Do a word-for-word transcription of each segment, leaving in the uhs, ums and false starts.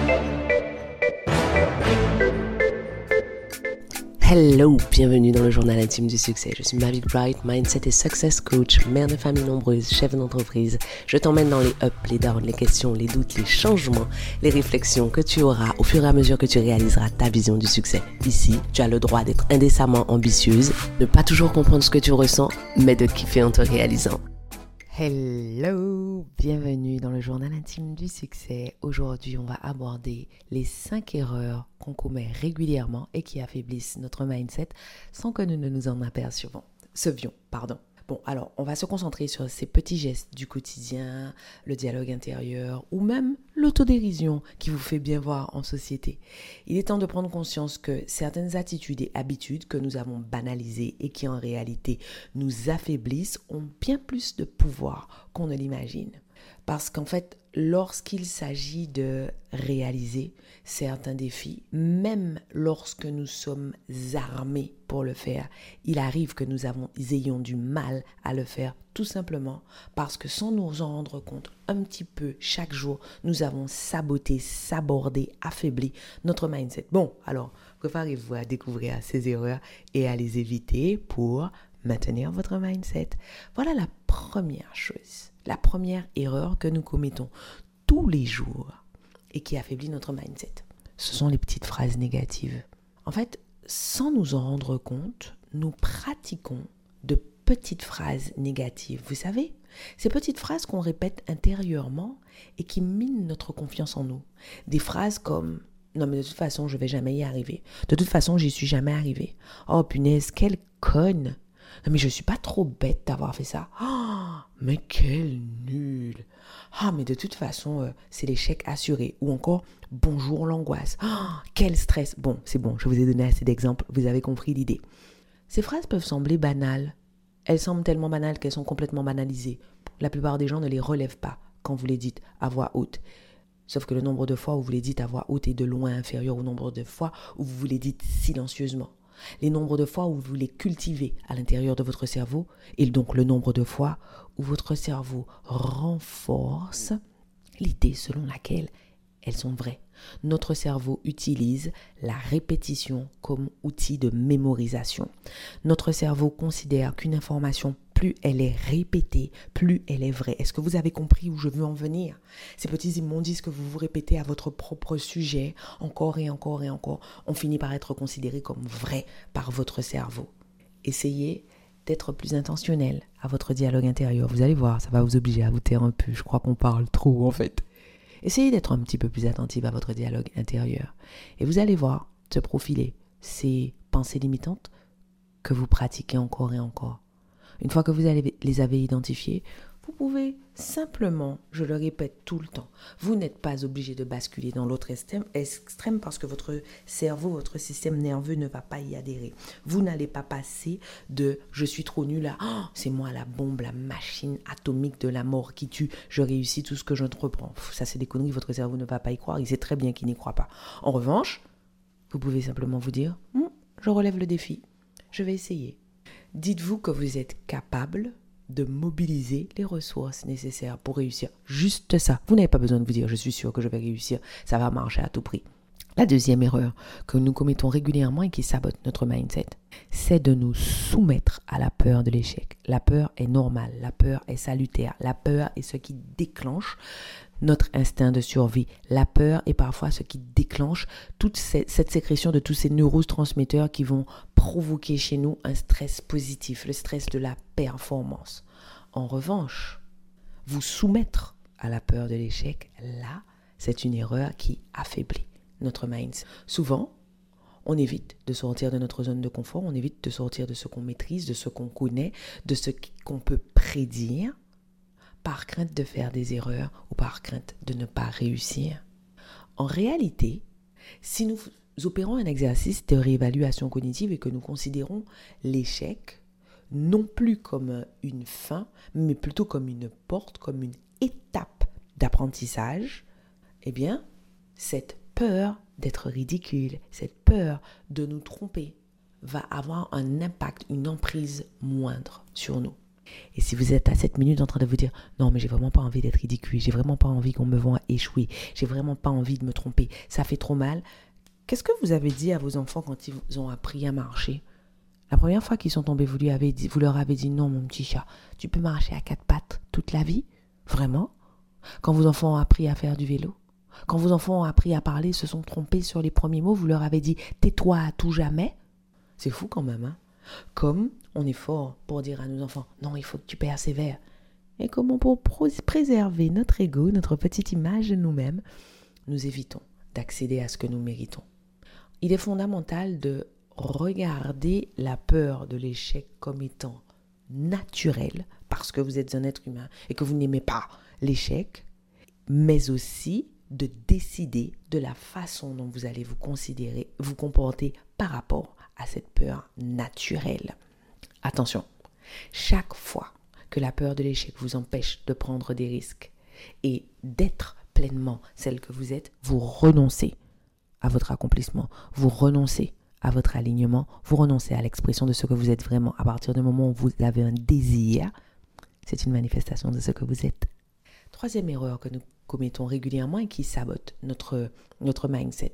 Hello, bienvenue dans le journal intime du succès. Je suis Mavic Bright, Mindset et Success Coach, mère de famille nombreuse, chef d'entreprise. Je t'emmène dans les ups, les downs, les questions, les doutes, les changements, les réflexions que tu auras au fur et à mesure que tu réaliseras ta vision du succès. Ici, tu as le droit d'être indécemment ambitieuse, de pas toujours comprendre ce que tu ressens, mais de kiffer en te réalisant. Hello, bienvenue dans le journal intime du succès. Aujourd'hui, on va aborder les cinq erreurs qu'on commet régulièrement et qui affaiblissent notre mindset sans que nous ne nous en apercevions. Sevions, pardon. Bon, alors, on va se concentrer sur ces petits gestes du quotidien, le dialogue intérieur ou même l'autodérision qui vous fait bien voir en société. Il est temps de prendre conscience que certaines attitudes et habitudes que nous avons banalisées et qui en réalité nous affaiblissent ont bien plus de pouvoir qu'on ne l'imagine. Parce qu'en fait, lorsqu'il s'agit de réaliser certains défis, même lorsque nous sommes armés pour le faire, il arrive que nous avons, ayons du mal à le faire tout simplement parce que sans nous en rendre compte un petit peu chaque jour, nous avons saboté, sabordé, affaibli notre mindset. Bon, alors, préparez-vous à découvrir ces erreurs et à les éviter pour maintenir votre mindset. Voilà la première chose, la première erreur que nous commettons tous les jours et qui affaiblit notre mindset. Ce sont les petites phrases négatives. En fait, sans nous en rendre compte, nous pratiquons de petites phrases négatives. Vous savez, ces petites phrases qu'on répète intérieurement et qui minent notre confiance en nous. Des phrases comme « Non mais de toute façon, je ne vais jamais y arriver. De toute façon, j'y suis jamais arrivé. Oh punaise, quelle conne. Non mais je ne suis pas trop bête d'avoir fait ça. Oh, mais quel nul. Ah mais de toute façon, euh, c'est l'échec assuré. » Ou encore « Bonjour l'angoisse. Oh, quel stress. » Bon, c'est bon, je vous ai donné assez d'exemples. Vous avez compris l'idée. Ces phrases peuvent sembler banales. Elles semblent tellement banales qu'elles sont complètement banalisées. La plupart des gens ne les relèvent pas quand vous les dites à voix haute. Sauf que le nombre de fois où vous les dites à voix haute est de loin inférieur au nombre de fois où vous les dites silencieusement. Les nombres de fois où vous les cultivez à l'intérieur de votre cerveau et donc le nombre de fois où votre cerveau renforce l'idée selon laquelle elles sont vraies. Notre cerveau utilise la répétition comme outil de mémorisation. Notre cerveau considère qu'une information, plus elle est répétée, plus elle est vraie. Est-ce que vous avez compris où je veux en venir? Ces petits immondices que vous vous répétez à votre propre sujet, encore et encore et encore, ont fini par être considérés comme vrais par votre cerveau. Essayez d'être plus intentionnel à votre dialogue intérieur. Vous allez voir, ça va vous obliger à vous taire un peu. Je crois qu'on parle trop en fait. Essayez d'être un petit peu plus attentif à votre dialogue intérieur. Et vous allez voir se profiler ces pensées limitantes que vous pratiquez encore et encore. Une fois que vous avez, les avez identifiées, vous pouvez simplement, je le répète tout le temps, vous n'êtes pas obligé de basculer dans l'autre extrême, extrême parce que votre cerveau, votre système nerveux ne va pas y adhérer. Vous n'allez pas passer de « je suis trop nul » à oh, « c'est moi la bombe, la machine atomique de la mort qui tue, je réussis tout ce que je entreprends ». Ça c'est des conneries, votre cerveau ne va pas y croire, il sait très bien qu'il n'y croit pas. En revanche, vous pouvez simplement vous dire hm, « je relève le défi, je vais essayer ». Dites-vous que vous êtes capable de mobiliser les ressources nécessaires pour réussir. Juste ça. Vous n'avez pas besoin de vous dire « je suis sûr que je vais réussir, ça va marcher à tout prix ». La deuxième erreur que nous commettons régulièrement et qui sabote notre mindset, c'est de nous soumettre à la peur de l'échec. La peur est normale, la peur est salutaire, la peur est ce qui déclenche notre instinct de survie. La peur est parfois ce qui déclenche toute cette sécrétion de tous ces neurotransmetteurs qui vont provoquer chez nous un stress positif, le stress de la performance. En revanche, vous soumettre à la peur de l'échec, là, c'est une erreur qui affaiblit notre mindset. Souvent, on évite de sortir de notre zone de confort, on évite de sortir de ce qu'on maîtrise, de ce qu'on connaît, de ce qu'on peut prédire, par crainte de faire des erreurs ou par crainte de ne pas réussir. En réalité, si nous opérons un exercice de réévaluation cognitive et que nous considérons l'échec non plus comme une fin, mais plutôt comme une porte, comme une étape d'apprentissage, eh bien, cette peur d'être ridicule, cette peur de nous tromper va avoir un impact, une emprise moindre sur nous. Et si vous êtes à cette minute en train de vous dire « Non, mais j'ai vraiment pas envie d'être ridicule, j'ai vraiment pas envie qu'on me voie échouer, j'ai vraiment pas envie de me tromper, ça fait trop mal. » Qu'est-ce que vous avez dit à vos enfants quand ils ont appris à marcher? La première fois qu'ils sont tombés, vous, lui avez dit, vous leur avez dit « Non, mon petit chat, tu peux marcher à quatre pattes toute la vie? Vraiment ?» Quand vos enfants ont appris à faire du vélo? Quand vos enfants ont appris à parler, se sont trompés sur les premiers mots, vous leur avez dit « Tais-toi à tout jamais ?» C'est fou quand même, hein? Comme on est fort pour dire à nos enfants « Non, il faut que tu persévères. » Et comment pour préserver notre ego, notre petite image de nous-mêmes, nous évitons d'accéder à ce que nous méritons. Il est fondamental de regarder la peur de l'échec comme étant naturelle, parce que vous êtes un être humain et que vous n'aimez pas l'échec, mais aussi de décider de la façon dont vous allez vous considérer, vous comporter par rapport à cette peur naturelle. Attention, chaque fois que la peur de l'échec vous empêche de prendre des risques et d'être pleinement celle que vous êtes, vous renoncez à votre accomplissement, vous renoncez à votre alignement, vous renoncez à l'expression de ce que vous êtes vraiment. À partir du moment où vous avez un désir, c'est une manifestation de ce que vous êtes. Troisième erreur que nous commettons régulièrement et qui sabote notre, notre mindset,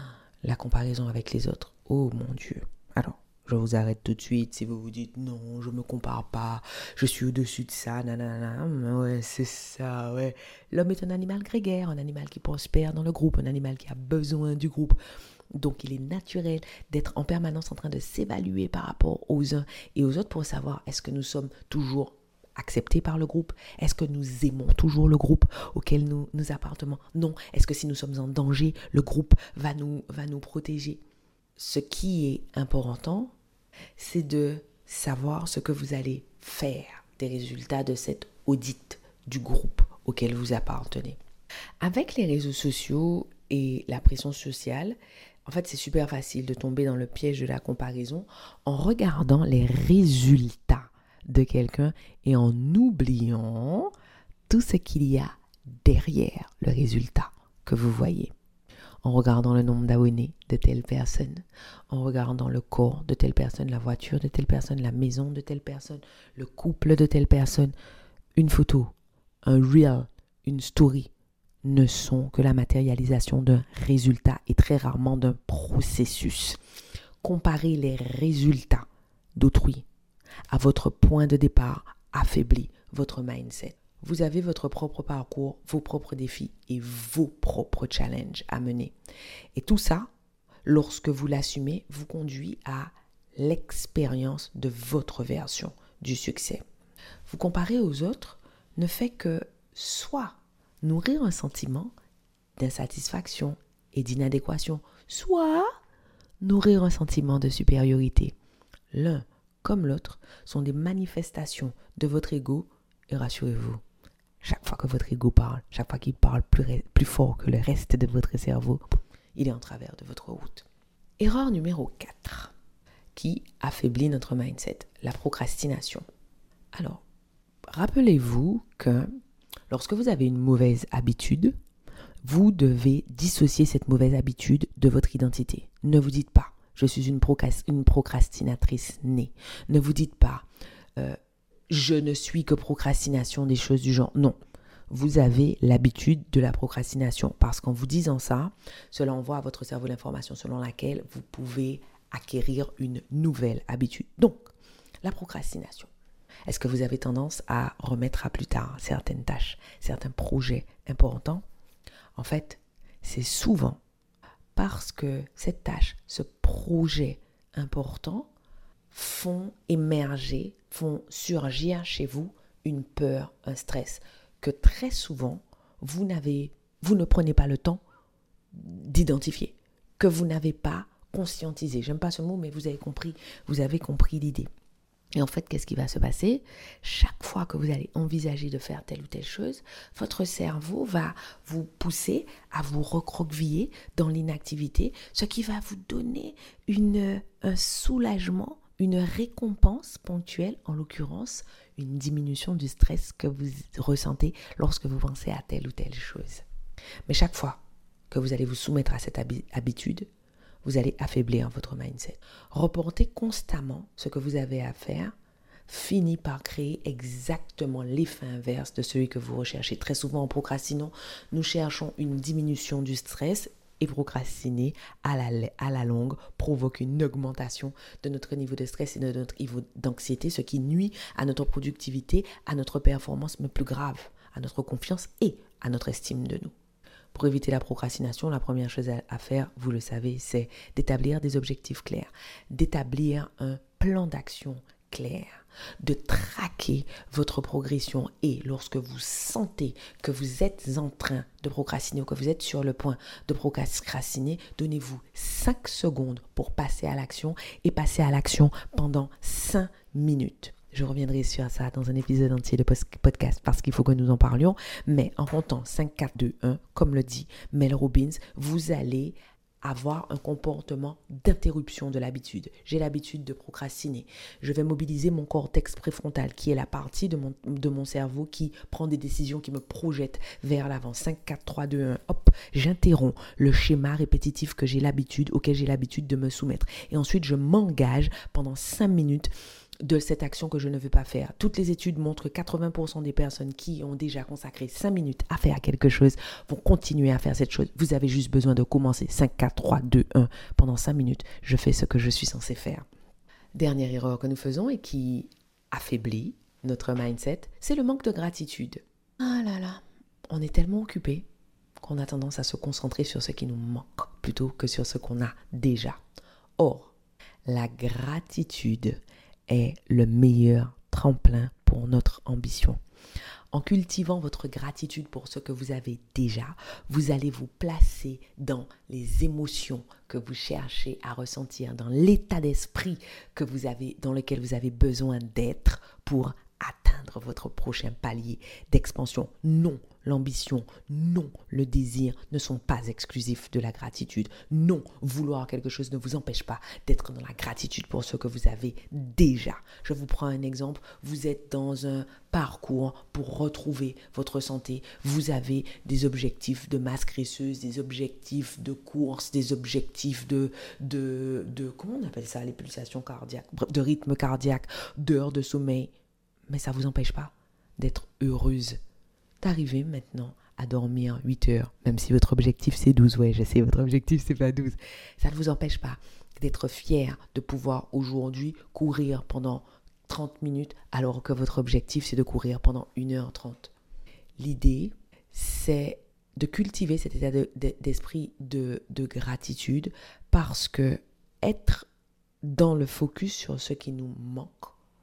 la comparaison avec les autres. Oh mon Dieu. Alors, je vous arrête tout de suite si vous vous dites non, je me compare pas, je suis au-dessus de ça, nanana, ouais, c'est ça, ouais. L'homme est un animal grégaire, un animal qui prospère dans le groupe, un animal qui a besoin du groupe. Donc, il est naturel d'être en permanence en train de s'évaluer par rapport aux uns et aux autres pour savoir est-ce que nous sommes toujours acceptés par le groupe? Est-ce que nous aimons toujours le groupe auquel nous, nous appartenons? Non. Est-ce que si nous sommes en danger, le groupe va nous, va nous protéger? Ce qui est important, c'est de savoir ce que vous allez faire des résultats de cet audit du groupe auquel vous appartenez. Avec les réseaux sociaux et la pression sociale, en fait, c'est super facile de tomber dans le piège de la comparaison en regardant les résultats de quelqu'un et en oubliant tout ce qu'il y a derrière le résultat que vous voyez. En regardant le nombre d'abonnés de telle personne, en regardant le corps de telle personne, la voiture de telle personne, la maison de telle personne, le couple de telle personne, une photo, un reel, une story ne sont que la matérialisation d'un résultat et très rarement d'un processus. Comparer les résultats d'autrui à votre point de départ affaiblit votre mindset. Vous avez votre propre parcours, vos propres défis et vos propres challenges à mener. Et tout ça, lorsque vous l'assumez, vous conduit à l'expérience de votre version du succès. Vous comparer aux autres ne fait que soit nourrir un sentiment d'insatisfaction et d'inadéquation, soit nourrir un sentiment de supériorité. L'un comme l'autre sont des manifestations de votre ego et rassurez-vous, chaque fois que votre ego parle, chaque fois qu'il parle plus, plus fort que le reste de votre cerveau, il est en travers de votre route. Erreur numéro quatre qui affaiblit notre mindset, la procrastination. Alors, rappelez-vous que lorsque vous avez une mauvaise habitude, vous devez dissocier cette mauvaise habitude de votre identité. Ne vous dites pas « je suis une, procrast- une procrastinatrice née ». Ne vous dites pas euh, « je ne suis que procrastination », des choses du genre. Non, vous avez l'habitude de la procrastination parce qu'en vous disant ça, cela envoie à votre cerveau l'information selon laquelle vous pouvez acquérir une nouvelle habitude. Donc, la procrastination. Est-ce que vous avez tendance à remettre à plus tard certaines tâches, certains projets importants? En fait, c'est souvent parce que cette tâche, ce projet important font émerger, font surgir chez vous une peur, un stress que très souvent, vous, n'avez, vous ne prenez pas le temps d'identifier, que vous n'avez pas conscientisé. J'aime pas ce mot, mais vous avez compris, vous avez compris l'idée. Et en fait, qu'est-ce qui va se passer? Chaque fois que vous allez envisager de faire telle ou telle chose, votre cerveau va vous pousser à vous recroqueviller dans l'inactivité, ce qui va vous donner une, un soulagement, une récompense ponctuelle, en l'occurrence, une diminution du stress que vous ressentez lorsque vous pensez à telle ou telle chose. Mais chaque fois que vous allez vous soumettre à cette habitude, vous allez affaiblir votre mindset. Reporter constamment ce que vous avez à faire finit par créer exactement l'effet inverse de celui que vous recherchez. Très souvent, en procrastinant, nous cherchons une diminution du stress et procrastiner à la, à la longue provoque une augmentation de notre niveau de stress et de notre niveau d'anxiété, ce qui nuit à notre productivité, à notre performance, mais plus grave, à notre confiance et à notre estime de nous. Pour éviter la procrastination, la première chose à faire, vous le savez, c'est d'établir des objectifs clairs, d'établir un plan d'action clair, de traquer votre progression et lorsque vous sentez que vous êtes en train de procrastiner ou que vous êtes sur le point de procrastiner, donnez-vous cinq secondes pour passer à l'action et passer à l'action pendant cinq minutes. Je reviendrai sur ça dans un épisode entier de podcast parce qu'il faut que nous en parlions, mais en comptant cinq, quatre, deux, un, comme le dit Mel Robbins, vous allez avoir un comportement d'interruption de l'habitude. J'ai l'habitude de procrastiner. Je vais mobiliser mon cortex préfrontal, qui est la partie de mon, de mon cerveau qui prend des décisions, qui me projette vers l'avant. cinq, quatre, trois, deux, un, hop, j'interromps le schéma répétitif que j'ai l'habitude, auquel j'ai l'habitude de me soumettre. Et ensuite, je m'engage pendant cinq minutes de cette action que je ne veux pas faire. Toutes les études montrent que quatre-vingts pour cent des personnes qui ont déjà consacré cinq minutes à faire quelque chose vont continuer à faire cette chose. Vous avez juste besoin de commencer. cinq, quatre, trois, deux, un. Pendant cinq minutes, je fais ce que je suis censé faire. Dernière erreur que nous faisons et qui affaiblit notre mindset, c'est le manque de gratitude. Ah là là, on est tellement occupé qu'on a tendance à se concentrer sur ce qui nous manque plutôt que sur ce qu'on a déjà. Or, la gratitude est le meilleur tremplin pour notre ambition. En cultivant votre gratitude pour ce que vous avez déjà, vous allez vous placer dans les émotions que vous cherchez à ressentir, dans l'état d'esprit que vous avez, dans lequel vous avez besoin d'être pour atteindre votre prochain palier d'expansion. Non, l'ambition, non, le désir ne sont pas exclusifs de la gratitude. Non, vouloir quelque chose ne vous empêche pas d'être dans la gratitude pour ce que vous avez déjà. Je vous prends un exemple. Vous êtes dans un parcours pour retrouver votre santé. Vous avez des objectifs de masse graisseuse, des objectifs de course, des objectifs de, de, de comment on appelle ça, les pulsations cardiaques, de rythme cardiaque, d'heures de sommeil. Mais ça ne vous empêche pas d'être heureuse, d'arriver maintenant à dormir huit heures, même si votre objectif c'est douze. Ouais, je sais, votre objectif c'est pas douze. Ça ne vous empêche pas d'être fier de pouvoir aujourd'hui courir pendant trente minutes alors que votre objectif c'est de courir pendant une heure trente. L'idée, c'est de cultiver cet état de, de, d'esprit de, de gratitude parce que être dans le focus sur ce qui nous manque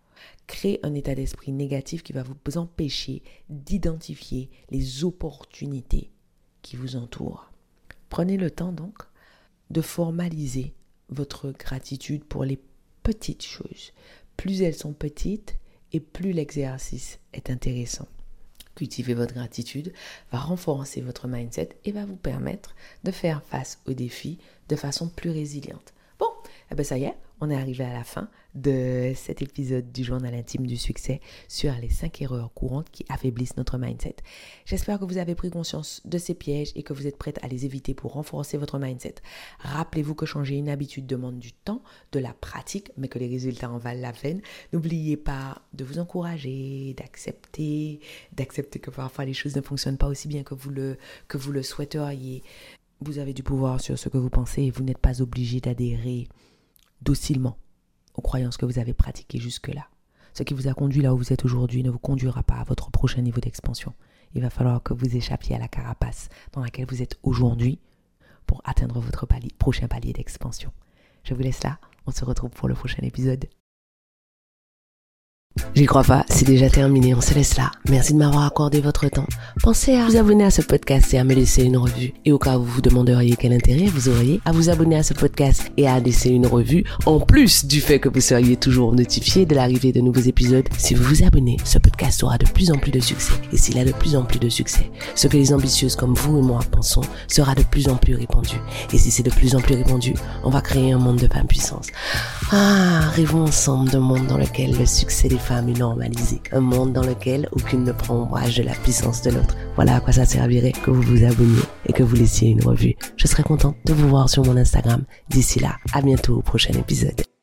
crée un état d'esprit négatif qui va vous empêcher d'identifier les opportunités qui vous entourent. Prenez le temps donc de formaliser votre gratitude pour les petites choses. Plus elles sont petites et plus l'exercice est intéressant. Cultiver votre gratitude va renforcer votre mindset et va vous permettre de faire face aux défis de façon plus résiliente. Bon, eh ben ça y est, on est arrivé à la fin de cet épisode du Journal intime du succès sur les cinq erreurs courantes qui affaiblissent notre mindset. J'espère que vous avez pris conscience de ces pièges et que vous êtes prête à les éviter pour renforcer votre mindset. Rappelez-vous que changer une habitude demande du temps, de la pratique, mais que les résultats en valent la peine. N'oubliez pas de vous encourager, d'accepter, d'accepter que parfois les choses ne fonctionnent pas aussi bien que vous le, que vous le souhaiteriez. Vous avez du pouvoir sur ce que vous pensez et vous n'êtes pas obligé d'adhérer docilement aux croyances que vous avez pratiquées jusque-là. Ce qui vous a conduit là où vous êtes aujourd'hui ne vous conduira pas à votre prochain niveau d'expansion. Il va falloir que vous échappiez à la carapace dans laquelle vous êtes aujourd'hui pour atteindre votre palier, prochain palier d'expansion. Je vous laisse là. On se retrouve pour le prochain épisode. J'y crois pas, c'est déjà terminé, on se laisse là. Merci de m'avoir accordé votre temps. Pensez à vous abonner à ce podcast et à me laisser une revue. Et au cas où vous vous demanderiez quel intérêt vous auriez à vous abonner à ce podcast et à laisser une revue, en plus du fait que vous seriez toujours notifié de l'arrivée de nouveaux épisodes, si vous vous abonnez, ce podcast aura de plus en plus de succès. Et s'il a de plus en plus de succès, ce que les ambitieuses comme vous et moi pensons sera de plus en plus répandu. Et si c'est de plus en plus répandu, on va créer un monde de femmes puissantes. Ah, rêvons ensemble d'un monde dans lequel le succès des femmes est normalisé. Un monde dans lequel aucune ne prend ombrage de la puissance de l'autre. Voilà à quoi ça servirait que vous vous abonniez et que vous laissiez une revue. Je serais contente de vous voir sur mon Instagram. D'ici là, à bientôt au prochain épisode.